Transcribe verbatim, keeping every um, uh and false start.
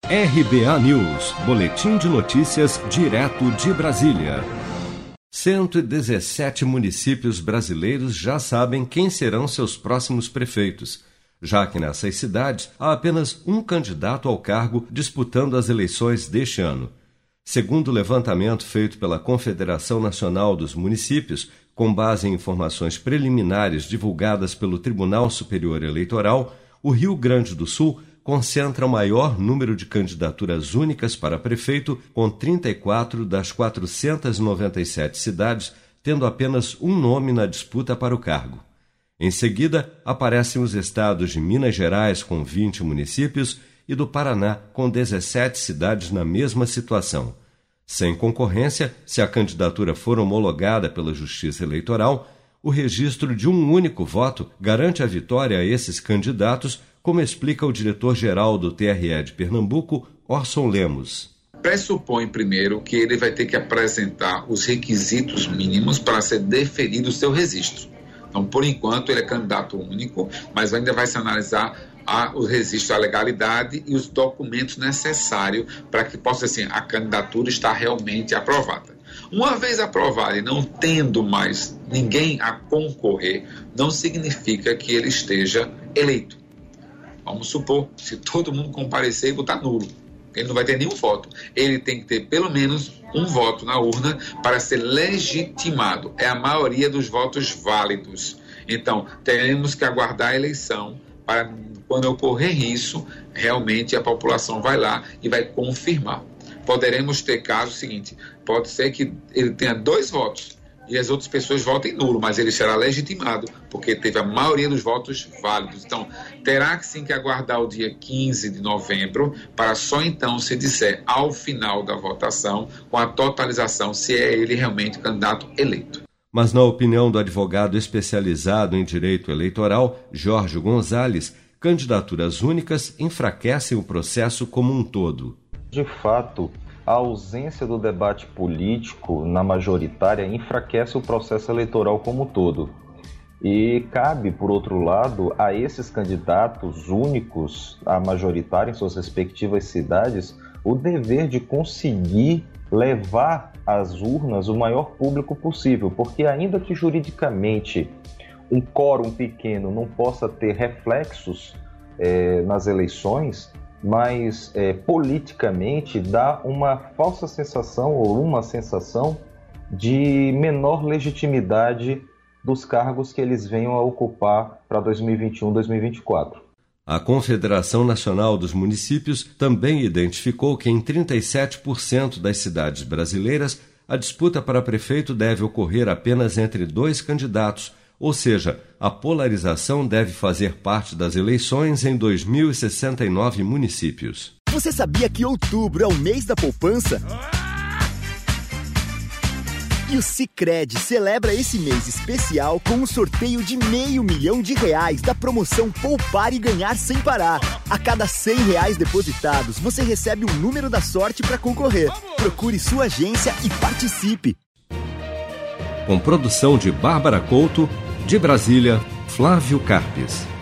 R B A News, boletim de notícias direto de Brasília. cento e dezessete municípios brasileiros já sabem quem serão seus próximos prefeitos, já que nessas cidades há apenas um candidato ao cargo disputando as eleições deste ano. Segundo o levantamento feito pela Confederação Nacional dos Municípios, com base em informações preliminares divulgadas pelo Tribunal Superior Eleitoral, o Rio Grande do Sul concentra o maior número de candidaturas únicas para prefeito, com trinta e quatro das quatrocentas e noventa e sete cidades, tendo apenas um nome na disputa para o cargo. Em seguida, aparecem os estados de Minas Gerais, com vinte municípios, e do Paraná, com dezessete cidades na mesma situação. Sem concorrência, se a candidatura for homologada pela Justiça Eleitoral, o registro de um único voto garante a vitória a esses candidatos, como explica o diretor-geral do T R E de Pernambuco, Orson Lemos. Pressupõe, primeiro, que ele vai ter que apresentar os requisitos mínimos para ser deferido o seu registro. Então, por enquanto, ele é candidato único, mas ainda vai se analisar a, o registro, a legalidade e os documentos necessários para que possa, assim, a candidatura estar realmente aprovada. Uma vez aprovada e não tendo mais ninguém a concorrer, não significa que ele esteja eleito. Vamos supor, se todo mundo comparecer e votar nulo, ele não vai ter nenhum voto. Ele tem que ter pelo menos um voto na urna para ser legitimado. É a maioria dos votos válidos. Então, teremos que aguardar a eleição para, quando ocorrer isso, realmente a população vai lá e vai confirmar. Poderemos ter caso seguinte, pode ser que ele tenha dois votos e as outras pessoas votem nulo, mas ele será legitimado, porque teve a maioria dos votos válidos. Então, terá que sim que aguardar o dia quinze de novembro, para só então se disser, ao final da votação, com a totalização, se é ele realmente candidato eleito. Mas na opinião do advogado especializado em direito eleitoral, Jorge Gonzalez, candidaturas únicas enfraquecem o processo como um todo. De fato, a ausência do debate político na majoritária enfraquece o processo eleitoral como um todo. E cabe, por outro lado, a esses candidatos únicos à majoritária em suas respectivas cidades o dever de conseguir levar às urnas o maior público possível, porque ainda que juridicamente um quórum pequeno não possa ter reflexos eh, nas eleições, mas é, politicamente dá uma falsa sensação ou uma sensação de menor legitimidade dos cargos que eles venham a ocupar para dois mil e vinte e um, dois mil e vinte e quatro. A Confederação Nacional dos Municípios também identificou que em trinta e sete por cento das cidades brasileiras a disputa para prefeito deve ocorrer apenas entre dois candidatos, ou seja, a polarização deve fazer parte das eleições em dois mil e sessenta e nove municípios. Você sabia que outubro é o mês da poupança? E o Sicredi celebra esse mês especial com um sorteio de meio milhão de reais da promoção Poupar e Ganhar Sem Parar. A cada cem reais depositados, você recebe um número da sorte para concorrer. Procure sua agência e participe. Com produção de Bárbara Couto, de Brasília, Flávio Carpes.